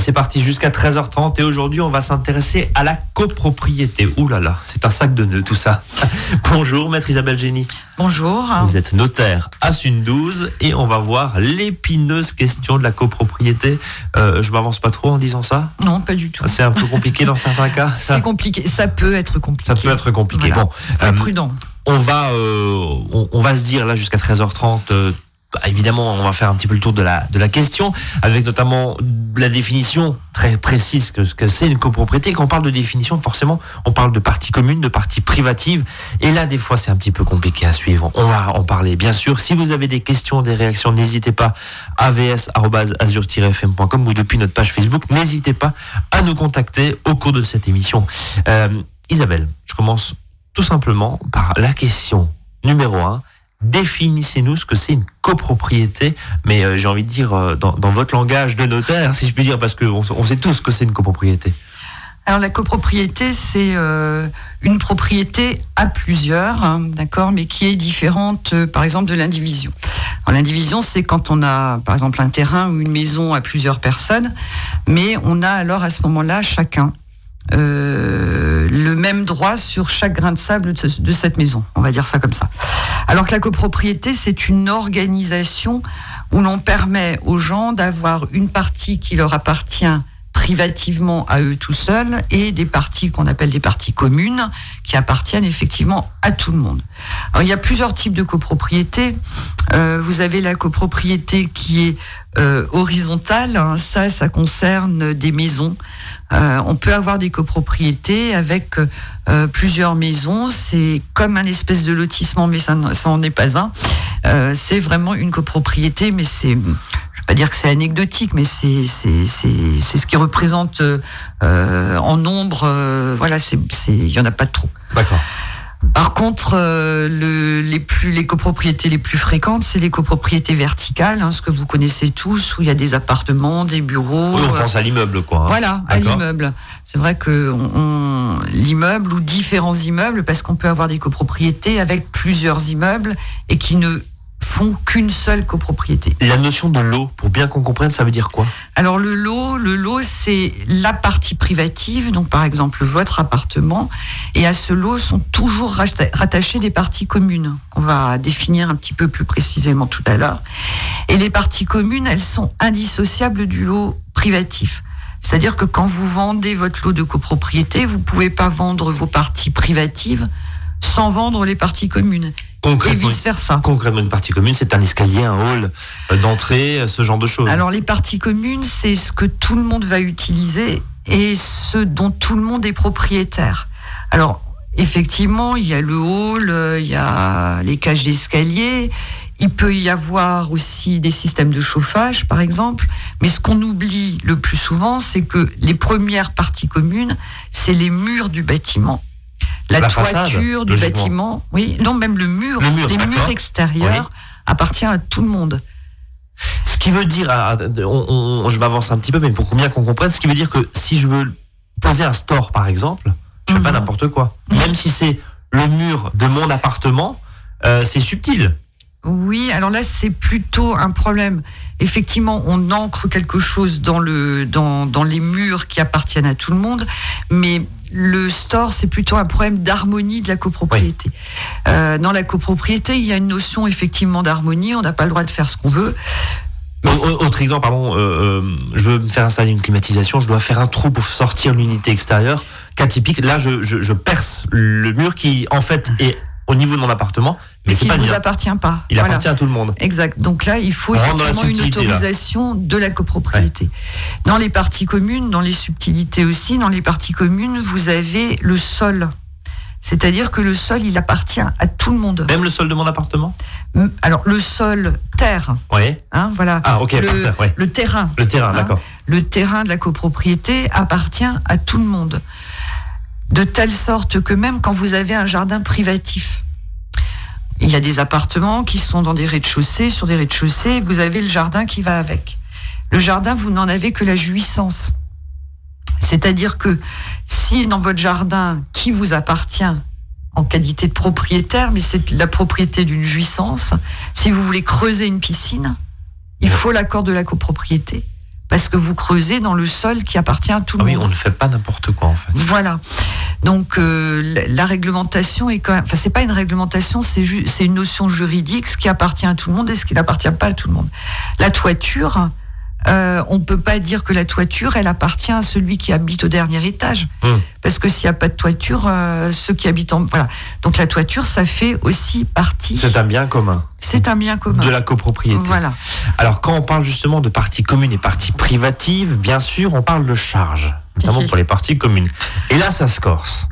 c'est parti jusqu'à 13h30 et aujourd'hui on va s'intéresser à la copropriété. Ouh là là, c'est un sac de nœuds tout ça. Bonjour Maître Isabelle Génie. Bonjour. Vous êtes notaire à Sundouze et on va voir l'épineuse question de la copropriété. Je m'avance pas trop en disant ça ? Non, pas du tout. C'est un peu compliqué dans certains cas. C'est compliqué, ça peut être compliqué. Ça peut être compliqué. Voilà. Bon, faut être prudent. On va se dire là jusqu'à 13h30. Évidemment, on va faire un petit peu le tour de la question, avec notamment la définition très précise que ce que c'est une copropriété. Quand on parle de définition, forcément, on parle de partie commune, de partie privative. Et là, des fois, c'est un petit peu compliqué à suivre. On va en parler, bien sûr. Si vous avez des questions, des réactions, n'hésitez pas, avs@azur-fm.com ou depuis notre page Facebook. N'hésitez pas à nous contacter au cours de cette émission. Isabelle, je commence tout simplement par la question numéro 1. Définissez-nous ce que c'est une copropriété, mais j'ai envie de dire dans votre langage de notaire, si je puis dire, parce qu'on sait tous ce que c'est une copropriété. Alors la copropriété, c'est une propriété à plusieurs, hein, d'accord, mais qui est différente, par exemple, de l'indivision. Alors, l'indivision, c'est quand on a, par exemple, un terrain ou une maison à plusieurs personnes, mais on a alors à ce moment-là chacun le même droit sur chaque grain de sable de cette maison, on va dire ça comme ça. Alors que la copropriété, c'est une organisation où l'on permet aux gens d'avoir une partie qui leur appartient privativement à eux tout seuls et des parties qu'on appelle des parties communes qui appartiennent effectivement à tout le monde. Alors, il y a plusieurs types de copropriété. Vous avez la copropriété qui est horizontale, hein, ça concerne des maisons. On peut avoir des copropriétés avec plusieurs maisons. C'est comme un espèce de lotissement, mais ça n'en est pas un. C'est vraiment une copropriété, mais c'est, je ne vais pas dire que c'est anecdotique, mais c'est ce qui représente en nombre. Voilà, il y en a pas de trop. D'accord. Par contre, les copropriétés les plus fréquentes, c'est les copropriétés verticales, hein, ce que vous connaissez tous, où il y a des appartements, des bureaux. Oui, on pense à l'immeuble, quoi. Hein. Voilà, d'accord. À l'immeuble. C'est vrai que l'immeuble ou différents immeubles, parce qu'on peut avoir des copropriétés avec plusieurs immeubles et qui ne font qu'une seule copropriété. La notion de lot, pour bien qu'on comprenne, ça veut dire quoi ? Alors le lot, c'est la partie privative, donc par exemple votre appartement, et à ce lot sont toujours rattachées des parties communes, qu'on va définir un petit peu plus précisément tout à l'heure. Et les parties communes, elles sont indissociables du lot privatif. C'est-à-dire que quand vous vendez votre lot de copropriété, vous ne pouvez pas vendre vos parties privatives sans vendre les parties communes. Et vice-versa. Concrètement, une partie commune, c'est un escalier, un hall d'entrée, ce genre de choses. Alors, les parties communes, c'est ce que tout le monde va utiliser et ce dont tout le monde est propriétaire. Alors, effectivement, il y a le hall, il y a les cages d'escalier, il peut y avoir aussi des systèmes de chauffage, par exemple. Mais ce qu'on oublie le plus souvent, c'est que les premières parties communes, c'est les murs du bâtiment. La toiture du bâtiment, oui, non, même les murs extérieurs appartiennent à tout le monde. Ce qui veut dire, je m'avance un petit peu, mais pour bien qu'on comprenne, ce qui veut dire que si je veux poser un store, par exemple, je fais pas n'importe quoi. Même si c'est le mur de mon appartement, c'est subtil. Oui, alors là, c'est plutôt un problème. Effectivement, on ancre quelque chose dans les murs qui appartiennent à tout le monde, mais le store, c'est plutôt un problème d'harmonie de la copropriété. Oui. Dans la copropriété, il y a une notion effectivement d'harmonie, on n'a pas le droit de faire ce qu'on veut. Autre exemple, je veux me faire installer une climatisation, je dois faire un trou pour sortir l'unité extérieure. Cas typique, là je perce le mur qui en fait est au niveau de mon appartement, mais qui ne vous appartient pas. Il appartient à tout le monde. Exact. Donc là, il faut effectivement une autorisation de la copropriété. Ouais. Dans les parties communes, dans les subtilités aussi, dans les parties communes, vous avez le sol. C'est-à-dire que le sol, il appartient à tout le monde. Même le sol de mon appartement ? Alors, le sol, terre. Oui. Hein, voilà. Ah, ok, parfait. Ouais. Le terrain. Le terrain, d'accord. Le terrain de la copropriété appartient à tout le monde. De telle sorte que même quand vous avez un jardin privatif, il y a des appartements qui sont dans des rez-de-chaussée, sur des rez-de-chaussée, vous avez le jardin qui va avec. Le jardin, vous n'en avez que la jouissance. C'est-à-dire que si dans votre jardin, qui vous appartient en qualité de propriétaire, mais c'est la propriété d'une jouissance, si vous voulez creuser une piscine, il faut l'accord de la copropriété. parce que vous creusez dans le sol qui appartient à tout le monde. Oui, on ne fait pas n'importe quoi en fait. Voilà. Donc la réglementation est quand même, enfin c'est pas une réglementation, c'est une notion juridique, ce qui appartient à tout le monde et ce qui n'appartient pas à tout le monde. La toiture, on peut pas dire que la toiture, elle appartient à celui qui habite au dernier étage, parce que s'il y a pas de toiture, ceux qui habitent voilà. Donc la toiture, ça fait aussi partie. C'est un bien commun. C'est un bien commun. De la copropriété. Voilà. Alors quand on parle justement de parties communes et parties privatives, bien sûr, on parle de charges, notamment pour les parties communes. Et là, ça se corse.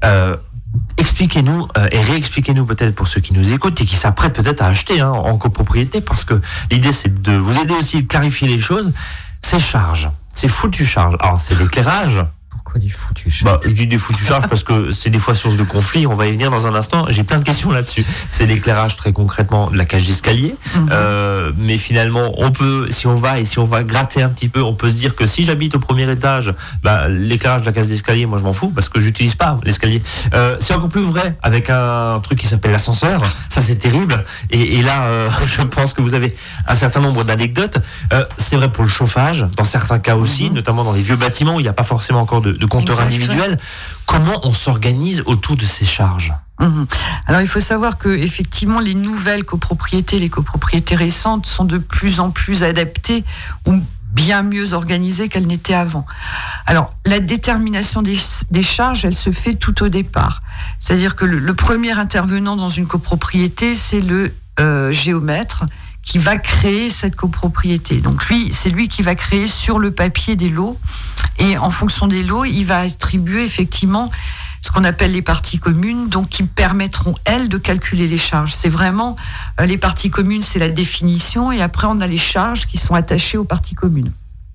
Expliquez-nous et réexpliquez-nous peut-être pour ceux qui nous écoutent et qui s'apprêtent peut-être à acheter en copropriété, parce que l'idée c'est de vous aider aussi à clarifier les choses. Ces charges, ces foutues charges. Alors c'est l'éclairage. Pourquoi des foutues charges ? Je dis des foutues charges parce que c'est des fois source de conflit. On va y venir dans un instant. J'ai plein de questions là-dessus. C'est l'éclairage très concrètement de la cage d'escalier. Mais finalement, on peut, si on va gratter un petit peu, on peut se dire que si j'habite au premier étage, l'éclairage de la cage d'escalier, moi je m'en fous parce que j'utilise pas l'escalier. C'est encore plus vrai avec un truc qui s'appelle l'ascenseur. Ça c'est terrible. Et là, je pense que vous avez un certain nombre d'anecdotes. C'est vrai pour le chauffage, dans certains cas aussi, notamment dans les vieux bâtiments où il n'y a pas forcément encore de compteur individuel. Comment on s'organise autour de ces charges ? Alors il faut savoir que effectivement les nouvelles copropriétés, les copropriétés récentes sont de plus en plus adaptées ou bien mieux organisées qu'elles n'étaient avant. Alors la détermination des charges, elle se fait tout au départ. C'est-à-dire que le premier intervenant dans une copropriété, c'est le géomètre qui va créer cette copropriété. Donc c'est lui qui va créer sur le papier des lots, et en fonction des lots, il va attribuer effectivement ce qu'on appelle les parties communes, donc qui permettront, elles, de calculer les charges. C'est vraiment, les parties communes, c'est la définition, et après on a les charges qui sont attachées aux parties communes.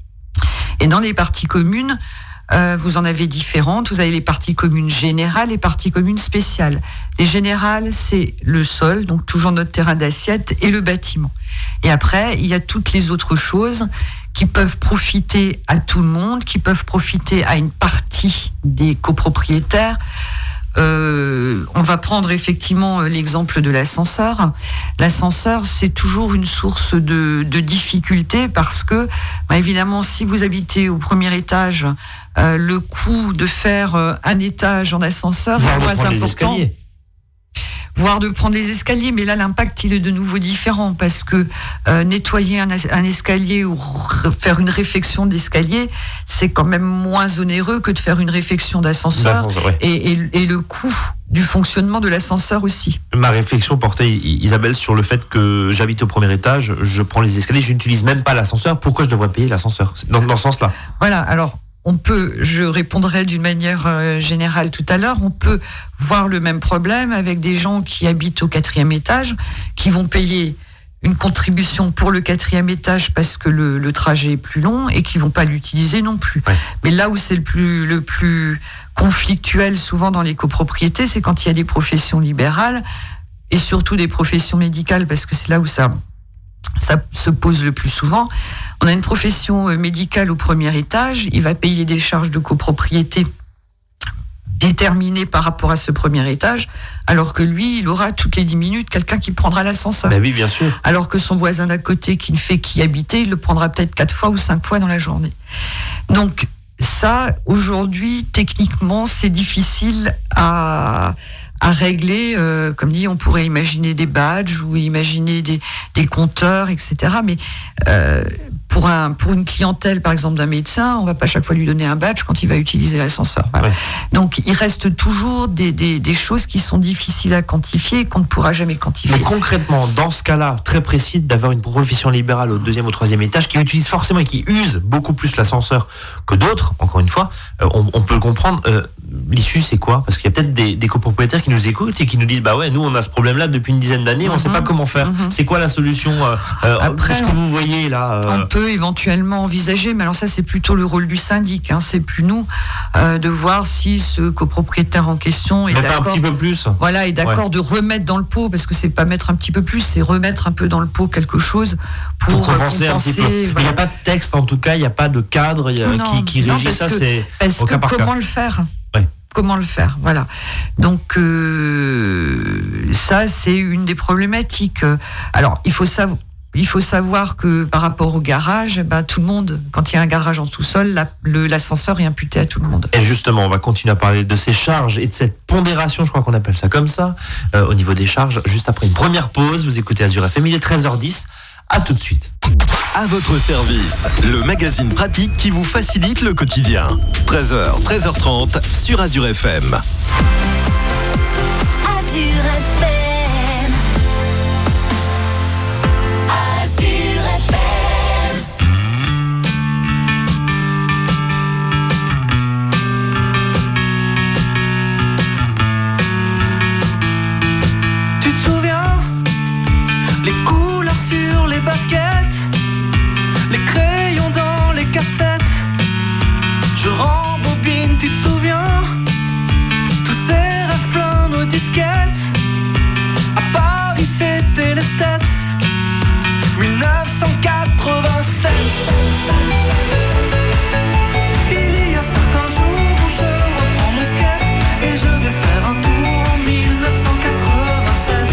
Et dans les parties communes, vous en avez différentes. Vous avez les parties communes générales et parties communes spéciales. Les générales, c'est le sol, donc toujours notre terrain d'assiette, et le bâtiment. Et après, il y a toutes les autres choses qui peuvent profiter à tout le monde, qui peuvent profiter à une partie des copropriétaires. On va prendre effectivement l'exemple de l'ascenseur. L'ascenseur, c'est toujours une source de difficulté parce que, évidemment, si vous habitez au premier étage, le coût de faire un étage en ascenseur est moins important. Voire de prendre les escaliers, mais là l'impact il est de nouveau différent parce que nettoyer un escalier ou faire une réfection d'escalier, c'est quand même moins onéreux que de faire une réfection d'ascenseur, ouais. et le coût du fonctionnement de l'ascenseur aussi. Ma réflexion portait, Isabelle, sur le fait que j'habite au premier étage, je prends les escaliers, je n'utilise même pas l'ascenseur. Pourquoi je devrais payer l'ascenseur dans ce sens-là ? Voilà, alors je répondrai d'une manière générale tout à l'heure, on peut voir le même problème avec des gens qui habitent au 4e étage, qui vont payer une contribution pour le 4e étage parce que le trajet est plus long et qui vont pas l'utiliser non plus. Ouais. Mais là où c'est le plus conflictuel souvent dans les copropriétés, c'est quand il y a des professions libérales et surtout des professions médicales, parce que c'est là où ça se pose le plus souvent. On a une profession médicale au premier étage, il va payer des charges de copropriété déterminées par rapport à ce premier étage, alors que lui, il aura toutes les 10 minutes quelqu'un qui prendra l'ascenseur. Ben oui, bien sûr. Alors que son voisin d'à côté qui ne fait qu'y habiter, il le prendra peut-être 4 fois ou 5 fois dans la journée. Donc ça, aujourd'hui, techniquement, c'est difficile à régler. Comme dit, on pourrait imaginer des badges ou imaginer des compteurs, etc. Mais pour une clientèle, par exemple, d'un médecin, on va pas chaque fois lui donner un badge quand il va utiliser l'ascenseur. Voilà. Ouais. Donc, il reste toujours des choses qui sont difficiles à quantifier et qu'on ne pourra jamais quantifier. Mais concrètement, dans ce cas-là, très précis, d'avoir une profession libérale au 2e ou 3e étage qui utilise forcément et qui use beaucoup plus l'ascenseur que d'autres, encore une fois, on peut le comprendre. L'issue, c'est quoi ? Parce qu'il y a peut-être des copropriétaires qui nous écoutent et qui nous disent bah ouais, nous on a ce problème-là depuis une dizaine d'années, on ne sait pas comment faire. C'est quoi la solution après, ce que vous voyez là On peut éventuellement envisager, mais alors ça c'est plutôt le rôle du syndic, c'est plus nous de voir si ce copropriétaire en question est d'accord. Un petit peu plus. Voilà, est d'accord de remettre dans le pot, parce que c'est pas mettre un petit peu plus, c'est remettre un peu dans le pot quelque chose pour compenser un petit peu. Voilà. Il n'y a pas de texte, en tout cas, il n'y a pas de cadre qui régit ça. Parce que comment le faire ? Comment le faire, voilà. Donc ça, c'est une des problématiques. Alors, il faut Il faut savoir que par rapport au garage, tout le monde, quand il y a un garage en sous-sol, l'ascenseur est imputé à tout le monde. Et justement, on va continuer à parler de ces charges et de cette pondération, je crois qu'on appelle ça comme ça, au niveau des charges, juste après une première pause. Vous écoutez Azure FM, il est 13h10. À tout de suite. À votre service, le magazine pratique qui vous facilite le quotidien. 13h, 13h30 sur Azure FM. Azure FM. Sur les baskets, les crayons dans les cassettes, je rembobine, tu te souviens, tous ces rêves pleins nos disquettes. À Paris c'était les States, 1987. Il y a certains jours où je reprends mon skate et je vais faire un tour en 1987.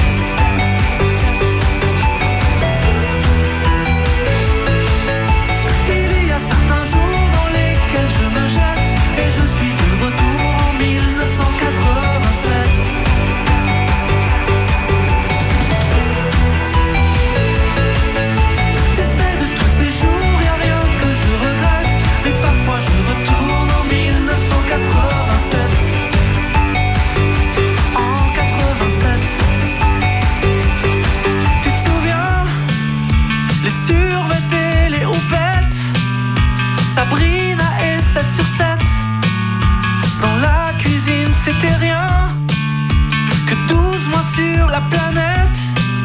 Sabrina et 7 sur 7. Dans la cuisine c'était rien que 12 mois sur la planète.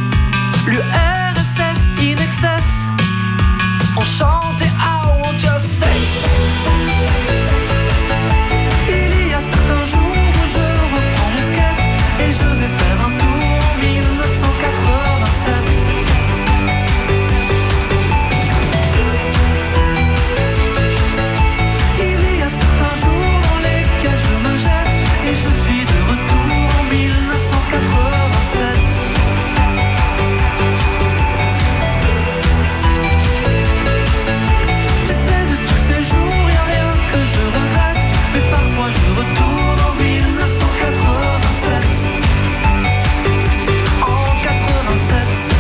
L'URSS in excess. On chantait I want your sex. Il y a certains jours où je reprends mon skate et je vais faire un tour en 1987. Et je suis de retour en 1987. Tu sais, de tous ces jours, y'a rien que je regrette, mais parfois je retourne en 1987. En 87.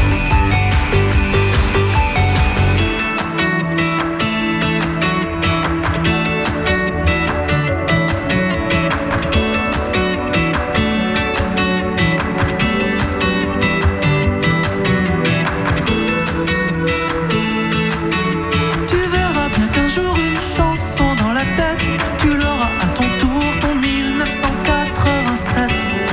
Tu l'auras à ton tour, ton 1987.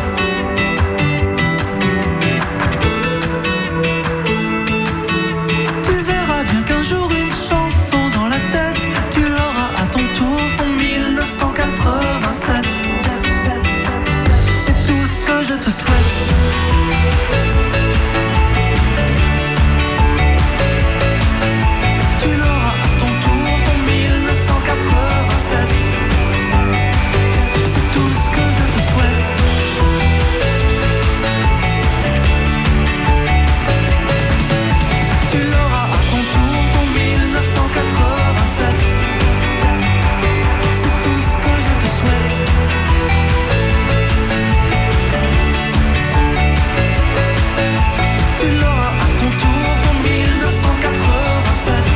Tu verras bien qu'un jour une chanson dans la tête. Tu l'auras à ton tour, ton 1987. C'est tout ce que je te souhaite. Tu l'auras à ton tour, ton 1987. C'est tout ce que je te souhaite. Tu l'auras à ton tour, ton 1987. C'est tout ce que je te souhaite. Tu l'auras à ton tour, ton 1987.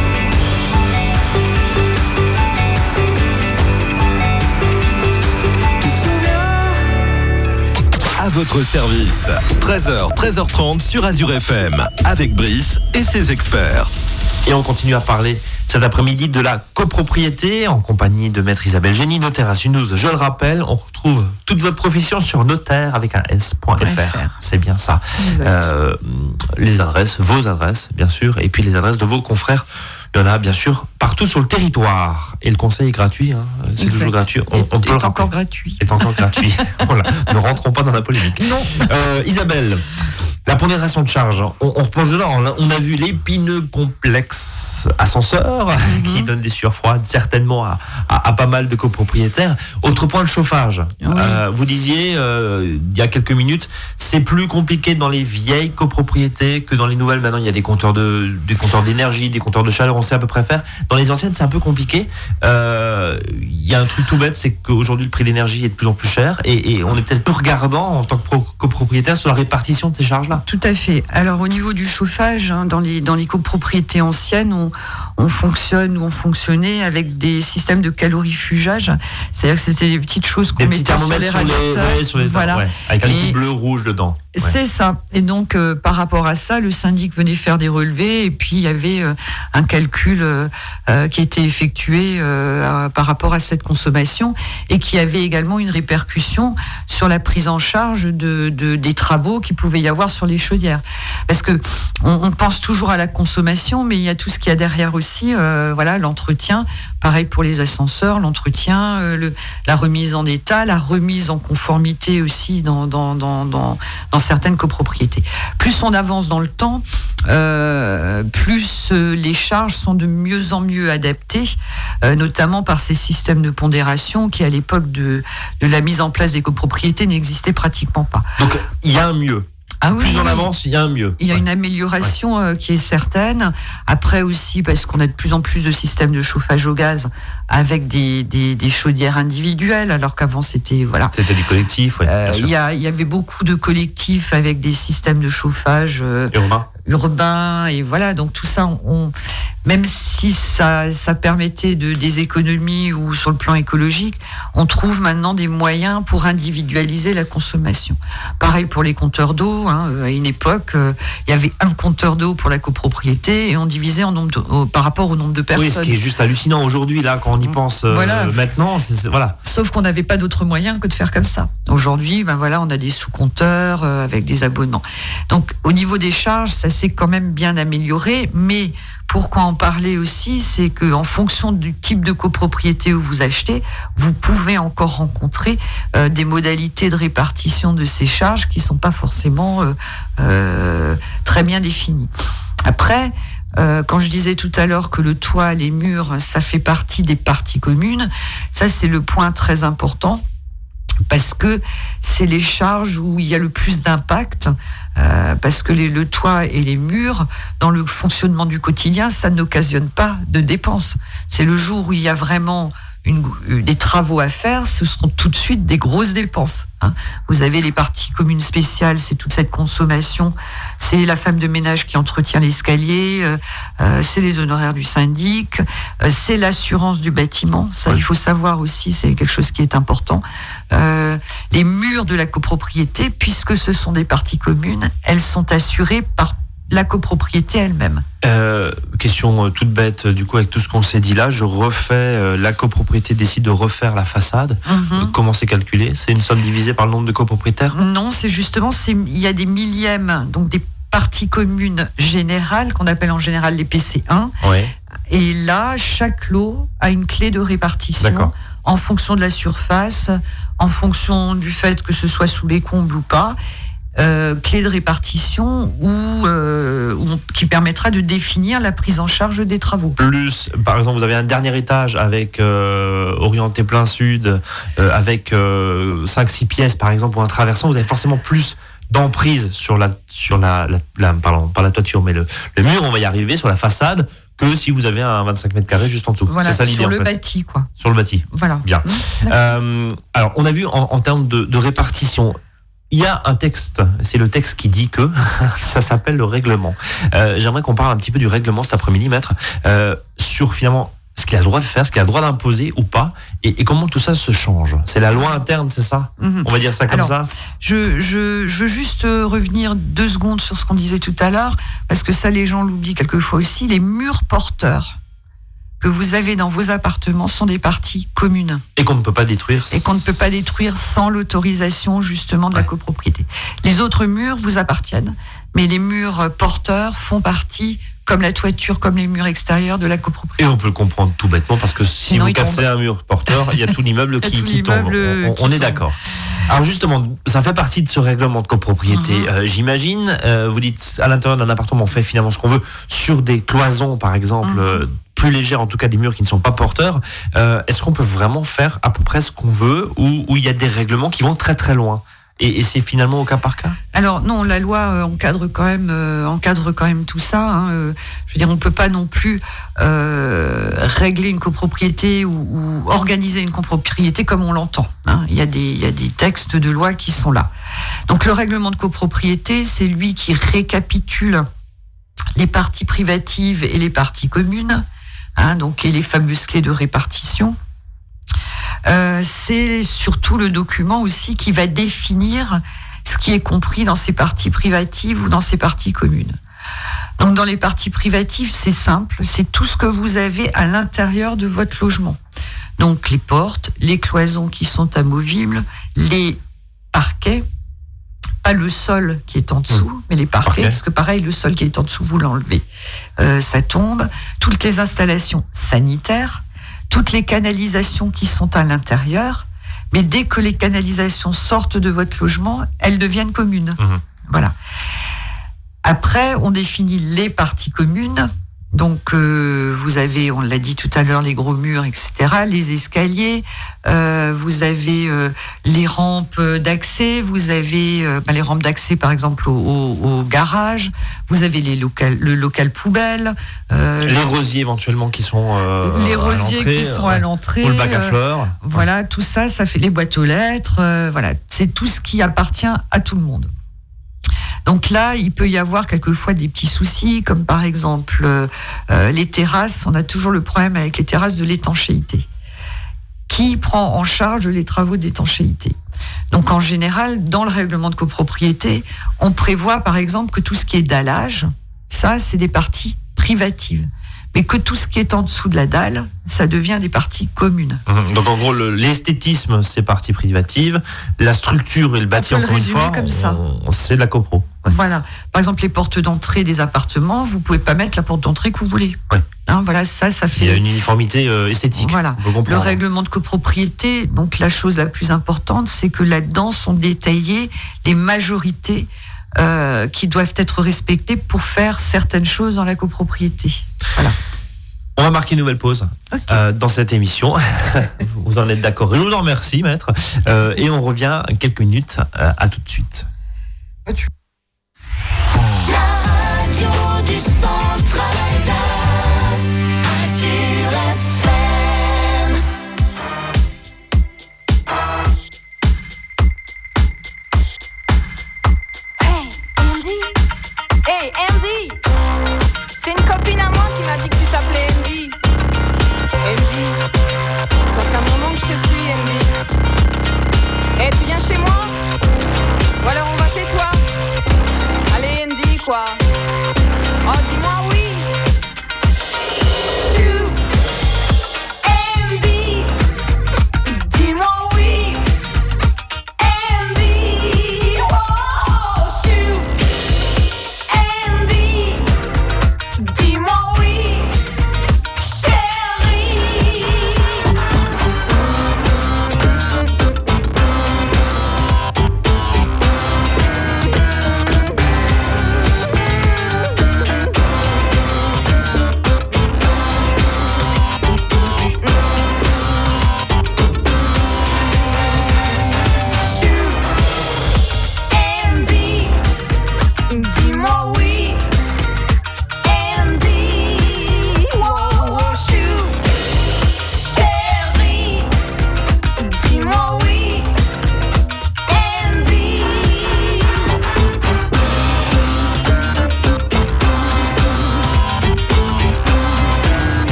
À votre service, 13h, 13h30 sur Azure FM, avec Brice et ses experts. Et on continue à parler cet après-midi de la copropriété en compagnie de Maître Isabelle Génie, notaire à Sunouze. Je le rappelle, on retrouve toute votre profession sur notaire avec un s.fr. C'est bien ça. Les adresses, vos adresses, bien sûr, et puis les adresses de vos confrères. Il y en a bien sûr partout sur le territoire. Et le conseil est gratuit. C'est exact. Toujours gratuit. On peut est encore gratuit. Est encore gratuit. Voilà. Ne rentrons pas dans la polémique. Non. Isabelle, La pondération de charge, on replonge dedans. On a vu l'épineux complexe ascenseur qui donne des sueurs froides certainement à pas mal de copropriétaires. Autre point, le chauffage. Oui. Vous disiez il y a quelques minutes, c'est plus compliqué dans les vieilles copropriétés que dans les nouvelles. Maintenant, il y a des compteurs d'énergie, des compteurs de chaleur, on sait à peu près faire. Dans les anciennes, c'est un peu compliqué. Il y a un truc tout bête, c'est qu'aujourd'hui, le prix de l'énergie est de plus en plus cher et on est peut-être plus regardant en tant que copropriétaire sur la répartition de ces charges-là. Tout à fait. Alors, au niveau du chauffage, dans les copropriétés anciennes, on fonctionnait avec des systèmes de calorifugage. C'est-à-dire que c'était des petites choses qu'on mettait sur les radiateurs. Sur les voilà. Ouais, avec un liquide bleu, rouge dedans. Ouais. C'est ça. Et donc, par rapport à ça, le syndic venait faire des relevés et puis il y avait un calcul qui était effectué par rapport à cette consommation et qui avait également une répercussion sur la prise en charge des travaux qu'il pouvait y avoir sur les chaudières. Parce que on pense toujours à la consommation, mais il y a tout ce qu'il y a derrière aussi. Voilà, l'entretien. Pareil pour les ascenseurs, l'entretien, la remise en état, la remise en conformité aussi dans certaines copropriétés. Plus on avance dans le temps, plus les charges sont de mieux en mieux adaptées, notamment par ces systèmes de pondération qui, à l'époque de la mise en place des copropriétés, n'existaient pratiquement pas. Donc, il y a un mieux. Ah oui, plus on oui. avance, il y a un mieux. Il y a une amélioration qui est certaine. Après aussi, parce qu'on a de plus en plus de systèmes de chauffage au gaz avec des chaudières individuelles, alors qu'avant c'était voilà. C'était du collectif. Ouais, Il y avait beaucoup de collectifs avec des systèmes de chauffage urbain et voilà. Donc tout ça, même si ça permettait des économies ou sur le plan écologique, on trouve maintenant des moyens pour individualiser la consommation. Pareil pour les compteurs d'eau. À une époque, il y avait un compteur d'eau pour la copropriété et on divisait par rapport au nombre de personnes. Oui, ce qui est juste hallucinant aujourd'hui, là, quand on y pense maintenant. Voilà. Sauf qu'on n'avait pas d'autre moyen que de faire comme ça. Aujourd'hui, on a des sous-compteurs avec des abonnements. Donc, au niveau des charges, ça s'est quand même bien amélioré, mais pourquoi en parler aussi, c'est qu'en fonction du type de copropriété où vous achetez, vous pouvez encore rencontrer des modalités de répartition de ces charges qui ne sont pas forcément très bien définies. Après, quand je disais tout à l'heure que le toit, les murs, ça fait partie des parties communes, ça c'est le point très important parce que c'est les charges où il y a le plus d'impact. Parce que le toit et les murs, dans le fonctionnement du quotidien, ça n'occasionne pas de dépenses. C'est le jour où il y a vraiment des travaux à faire, ce seront tout de suite des grosses dépenses. Vous avez les parties communes spéciales, c'est toute cette consommation, c'est la femme de ménage qui entretient l'escalier, c'est les honoraires du syndic, c'est l'assurance du bâtiment. Ça, il faut savoir aussi, c'est quelque chose qui est important. Les murs de la copropriété, puisque ce sont des parties communes, elles sont assurées par la copropriété elle-même. Question toute bête, du coup, avec tout ce qu'on s'est dit là, la copropriété décide de refaire la façade. Comment c'est calculé ? C'est une somme divisée par le nombre de copropriétaires ? Non, c'est justement, il y a des millièmes, donc des parties communes générales, qu'on appelle en général les PC1. Ouais. Et là, chaque lot a une clé de répartition. D'accord. En fonction de la surface, en fonction du fait que ce soit sous les combles ou pas. Clé de répartition qui permettra de définir la prise en charge des travaux. Plus, par exemple, vous avez un dernier étage avec orienté plein sud, avec 5-6 pièces, par exemple, ou un traversant, vous avez forcément plus d'emprise par la toiture, mais le mur, on va y arriver, sur la façade, que si vous avez un 25 mètres carrés juste en dessous. Voilà, c'est ça l'idée, sur en le fait. bâti, quoi. Sur le bâti. Voilà. Bien. Alors, on a vu en termes de répartition, il y a un texte, c'est le texte qui dit que ça s'appelle le règlement. J'aimerais qu'on parle un petit peu du règlement cet après-midi, maître, sur finalement ce qu'il a le droit de faire, ce qu'il a le droit d'imposer ou pas, et comment tout ça se change. C'est la loi interne, c'est ça ? On va dire ça comme ça ? Je veux juste revenir 2 secondes sur ce qu'on disait tout à l'heure, parce que ça, les gens l'oublient quelquefois aussi. Les murs porteurs que vous avez dans vos appartements sont des parties communes. Et qu'on ne peut pas détruire. Et qu'on ne peut pas détruire sans l'autorisation, justement, de la copropriété. Les autres murs vous appartiennent, mais les murs porteurs font partie, comme la toiture, comme les murs extérieurs de la copropriété. Et on peut le comprendre tout bêtement, parce que si vous cassez un mur porteur, il y a tout l'immeuble qui tombe. On est d'accord. Alors justement, ça fait partie de ce règlement de copropriété, j'imagine. Vous dites, à l'intérieur d'un appartement, on fait finalement ce qu'on veut sur des cloisons, par exemple, plus légères, en tout cas des murs qui ne sont pas porteurs. Est-ce qu'on peut vraiment faire à peu près ce qu'on veut, ou il y a des règlements qui vont très très loin ? Et c'est finalement au cas par cas ? Alors non, la loi encadre quand même tout ça. Je veux dire, on peut pas non plus régler une copropriété ou organiser une copropriété comme on l'entend. Il y a des textes de loi qui sont là. Donc le règlement de copropriété, c'est lui qui récapitule les parties privatives et les parties communes, donc et les fameuses clés de répartition. C'est surtout le document aussi qui va définir ce qui est compris dans ces parties privatives ou dans ces parties communes. Donc dans les parties privatives, c'est simple, c'est tout ce que vous avez à l'intérieur de votre logement. Donc les portes, les cloisons qui sont amovibles, les parquets, pas le sol qui est en dessous, mais les parquets, parce que pareil, le sol qui est en dessous, vous l'enlevez, ça tombe. Toutes les installations sanitaires, toutes les canalisations qui sont à l'intérieur, mais dès que les canalisations sortent de votre logement, elles deviennent communes. Voilà. Après, on définit les parties communes. Donc, vous avez, on l'a dit tout à l'heure, les gros murs, etc., les escaliers, vous avez les rampes d'accès, vous avez les rampes d'accès, par exemple, au garage, vous avez le local poubelle. Les rosiers, éventuellement, qui sont les rosiers qui sont à l'entrée. Ou le bac à fleurs. Voilà, tout ça, ça fait les boîtes aux lettres. Voilà, c'est tout ce qui appartient à tout le monde. Donc là, il peut y avoir quelquefois des petits soucis, comme par exemple les terrasses. On a toujours le problème avec les terrasses de l'étanchéité. Qui prend en charge les travaux d'étanchéité ? Donc en général, dans le règlement de copropriété, on prévoit par exemple que tout ce qui est dallage, ça c'est des parties privatives. Mais que tout ce qui est en dessous de la dalle, ça devient des parties communes. Donc en gros, l'esthétisme, c'est partie privative. La structure et le bâti, encore une fois, c'est de la copro. Voilà. Par exemple, les portes d'entrée des appartements, vous pouvez pas mettre la porte d'entrée que vous voulez. Voilà, ça fait... Il y a une uniformité esthétique. Voilà. Le règlement de copropriété, donc la chose la plus importante, c'est que là-dedans sont détaillées les majorités qui doivent être respectées pour faire certaines choses dans la copropriété. Voilà. On va marquer une nouvelle pause dans cette émission. Vous en êtes d'accord ? Je vous en remercie, maître. Et on revient quelques minutes. À tout de suite. La radio du centre Alsace, Azur FM. Hey Andy, c'est une copine à moi qui m'a dit que tu t'appelais Andy. Andy, ça fait un moment que je te suis, Andy. Hey, tu viens chez moi? Ou alors on va chez toi? Allez Andy, quoi. Oh, dis-moi.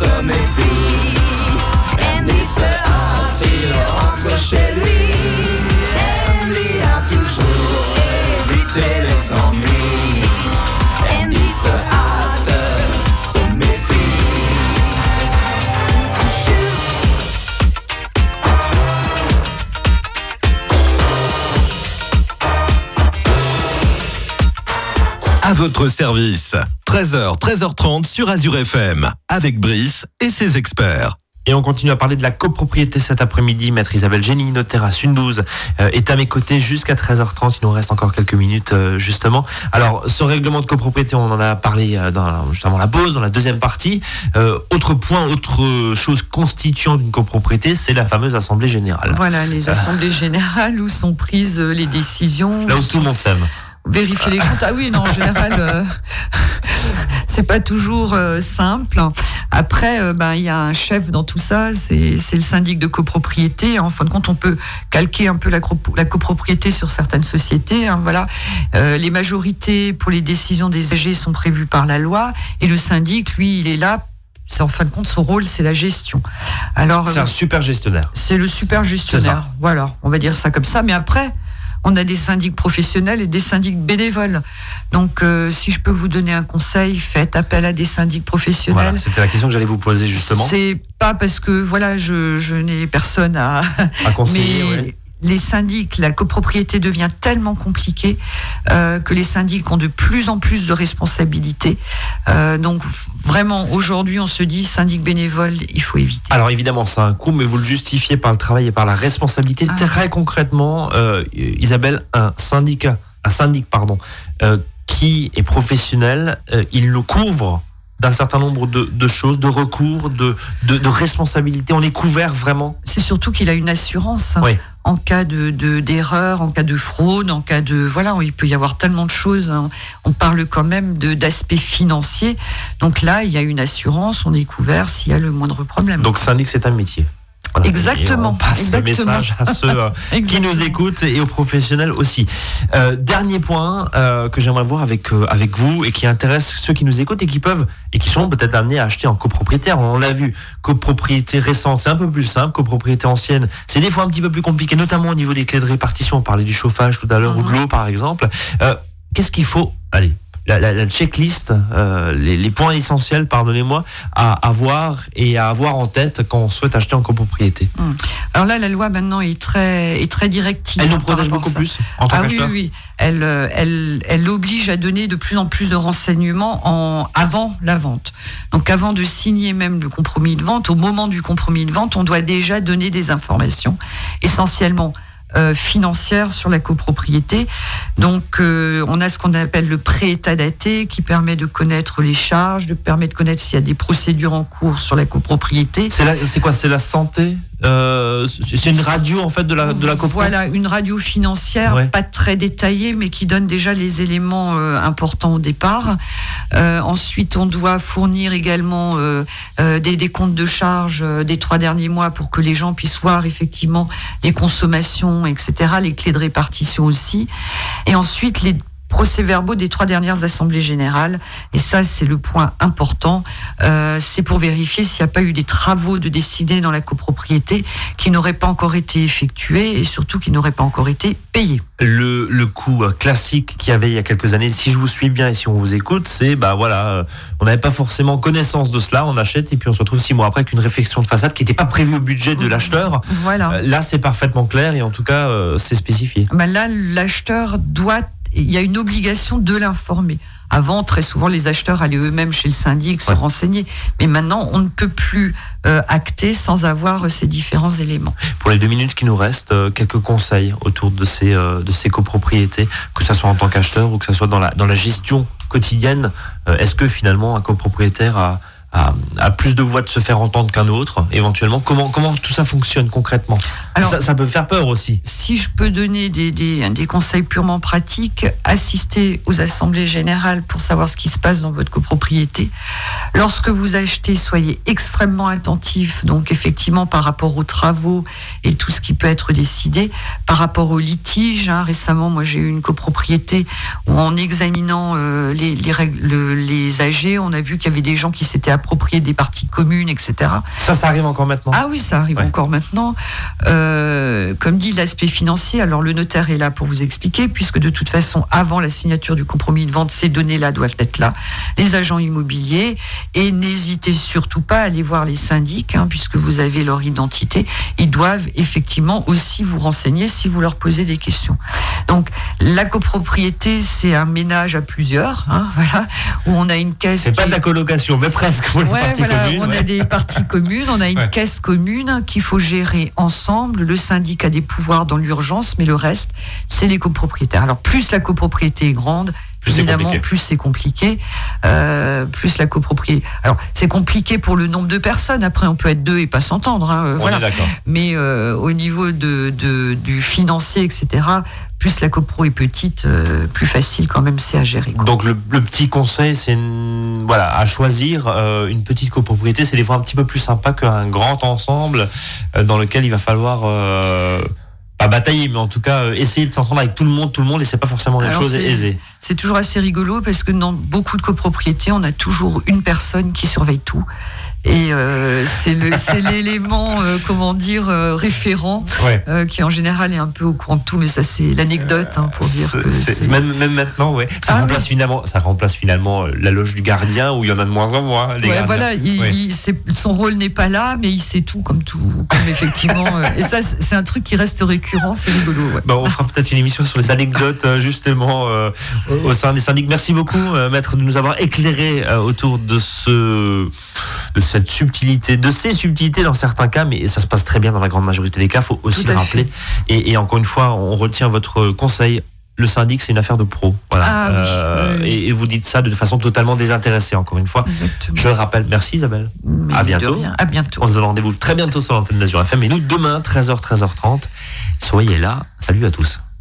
se méfie. Andy se hâte, il rentre chez lui. Andy a toujours évité les ennuis. Andy se hâte, se méfie. À votre service. 13h, 13h30 sur Azure FM. Avec Brice et ses experts. Et on continue à parler de la copropriété cet après-midi. Maître Isabelle Génie, notaire à Sundouz, est à mes côtés jusqu'à 13h30. Il nous reste encore quelques minutes, justement. Alors, ce règlement de copropriété, on en a parlé juste avant la pause, dans la deuxième partie. Autre point, autre chose constituant d'une copropriété, c'est la fameuse assemblée générale. Voilà, les assemblées générales où sont prises les décisions. Là où tout le monde s'aime. Vérifier les comptes. Ah oui, non, en général, c'est pas toujours simple. Après, il y a un chef dans tout ça, c'est le syndic de copropriété. En fin de compte, on peut calquer un peu la copropriété sur certaines sociétés. Voilà. Les majorités pour les décisions des AG sont prévues par la loi, et le syndic, lui, il est là. C'est en fin de compte son rôle, c'est la gestion. Alors, c'est un super gestionnaire. C'est le super gestionnaire. Voilà, on va dire ça comme ça. Mais après, on a des syndics professionnels et des syndics bénévoles. Donc, si je peux vous donner un conseil, faites appel à des syndics professionnels. Voilà, c'était la question que j'allais vous poser justement. C'est pas parce que voilà, je n'ai personne à conseiller. Mais ouais. Les syndics, la copropriété devient tellement compliquée que les syndics ont de plus en plus de responsabilités. Donc vraiment, aujourd'hui, on se dit syndic bénévole, il faut éviter. Alors évidemment, c'est un coût, mais vous le justifiez par le travail et par la responsabilité. Très concrètement, Isabelle, un syndic, qui est professionnel, il le couvre d'un certain nombre de choses, de recours, de responsabilités. On est couvert vraiment. C'est surtout qu'il a une assurance. Oui. En cas d'erreur, en cas de fraude, en cas de... Voilà, il peut y avoir tellement de choses. On parle quand même d'aspect financier. Donc là, il y a une assurance, on est couvert s'il y a le moindre problème. Donc syndic, c'est un métier. Voilà. Exactement. Et on passe le message à ceux qui nous écoutent et aux professionnels aussi. Dernier point que j'aimerais voir avec vous et qui intéresse ceux qui nous écoutent et qui sont peut-être amenés à acheter en copropriétaire. On l'a vu, copropriété récente, c'est un peu plus simple. Copropriété ancienne, c'est des fois un petit peu plus compliqué, notamment au niveau des clés de répartition. On parlait du chauffage tout à l'heure ou de l'eau par exemple. Qu'est-ce qu'il faut ? Allez. La checklist, les points essentiels, pardonnez-moi, à avoir en tête quand on souhaite acheter en copropriété. Alors là, la loi maintenant est très directive. Elle nous protège beaucoup plus en tant qu'acheteur. Oui. Elle oblige à donner de plus en plus de renseignements avant la vente. Donc avant de signer même le compromis de vente, au moment du compromis de vente, on doit déjà donner des informations, essentiellement financière sur la copropriété. Donc on a ce qu'on appelle le pré-état daté qui permet de connaître les charges, permet de connaître s'il y a des procédures en cours sur la copropriété. C'est quoi ? C'est la santé ? C'est une radio en fait de la copropriété ? Voilà, une radio financière, pas très détaillée, mais qui donne déjà les éléments importants au départ. Ensuite, on doit fournir également des comptes de charges des 3 derniers mois pour que les gens puissent voir effectivement les consommations, etc., les clés de répartition aussi. Et ensuite, les procès-verbaux des 3 dernières assemblées générales. Et ça, c'est le point important. C'est pour vérifier s'il n'y a pas eu des travaux de décider dans la copropriété qui n'auraient pas encore été effectués et surtout qui n'auraient pas encore été payés. Le coût classique qu'il y avait il y a quelques années, si je vous suis bien et si on vous écoute, c'est on n'avait pas forcément connaissance de cela, on achète et puis on se retrouve 6 mois après avec une réfection de façade qui n'était pas prévue au budget de l'acheteur. Voilà. Là, c'est parfaitement clair et en tout cas, c'est spécifié. Là, l'acheteur il y a une obligation de l'informer. Avant, très souvent, les acheteurs allaient eux-mêmes chez le syndic se renseigner. Mais maintenant, on ne peut plus acter sans avoir ces différents éléments. Pour les 2 minutes qui nous restent, quelques conseils autour de ces copropriétés, que ce soit en tant qu'acheteur ou que ce soit dans la gestion quotidienne. Est-ce que finalement, un copropriétaire a plus de voix de se faire entendre qu'un autre, éventuellement ? Comment tout ça fonctionne concrètement ? Alors, ça peut faire peur aussi. Si je peux donner des conseils purement pratiques, assistez aux assemblées générales pour savoir ce qui se passe dans votre copropriété. Lorsque vous achetez, soyez extrêmement attentifs, donc effectivement par rapport aux travaux et tout ce qui peut être décidé, par rapport aux litiges. Récemment, moi j'ai eu une copropriété où en examinant les AG, on a vu qu'il y avait des gens qui s'étaient appropriés des parties communes, etc. Ça arrive encore maintenant? Ah oui, ça arrive encore maintenant. Comme dit, l'aspect financier, alors le notaire est là pour vous expliquer, puisque de toute façon, avant la signature du compromis de vente, ces données-là doivent être là. Les agents immobiliers, et n'hésitez surtout pas à aller voir les syndics, puisque vous avez leur identité. Ils doivent effectivement aussi vous renseigner si vous leur posez des questions. Donc, la copropriété, c'est un ménage à plusieurs, voilà, où on a une caisse. C'est pas de la colocation, mais presque. Pour les parties communes, on a des parties communes, on a une caisse commune qu'il faut gérer ensemble. Le syndic a des pouvoirs dans l'urgence, mais le reste, c'est les copropriétaires. Alors, plus la copropriété est grande, évidemment, plus c'est compliqué. Plus la copropriété. Alors, c'est compliqué pour le nombre de personnes. Après, on peut être 2 et pas s'entendre. Voilà. Mais au niveau du financier, etc., plus la copro est petite, plus facile quand même c'est à gérer. Donc le petit conseil, c'est à choisir une petite copropriété, c'est des fois un petit peu plus sympa qu'un grand ensemble dans lequel il va falloir pas batailler, mais en tout cas essayer de s'entendre avec tout le monde, et c'est pas forcément une chose aisée. C'est toujours assez rigolo parce que dans beaucoup de copropriétés, on a toujours une personne qui surveille tout. Et c'est l'élément, référent, qui en général est un peu au courant de tout, mais ça c'est l'anecdote pour dire que même maintenant, ça remplace finalement la loge du gardien où il y en a de moins en moins. Son rôle n'est pas là, mais il sait tout, comme effectivement. Et ça, c'est un truc qui reste récurrent, c'est rigolo. On fera peut-être une émission sur les anecdotes justement au sein des syndics. Merci beaucoup, maître, de nous avoir éclairé autour de cette subtilité, de ces subtilités dans certains cas, mais ça se passe très bien dans la grande majorité des cas, il faut aussi le rappeler. Et encore une fois, on retient votre conseil, le syndic c'est une affaire de pro. Voilà. Et vous dites ça de façon totalement désintéressée, encore une fois. Exactement. Je le rappelle, merci Isabelle. À bientôt. À bientôt. On se donne rendez-vous très bientôt sur l'antenne d'Azur FM, et nous demain, 13h, 13h30. Soyez là. Salut à tous.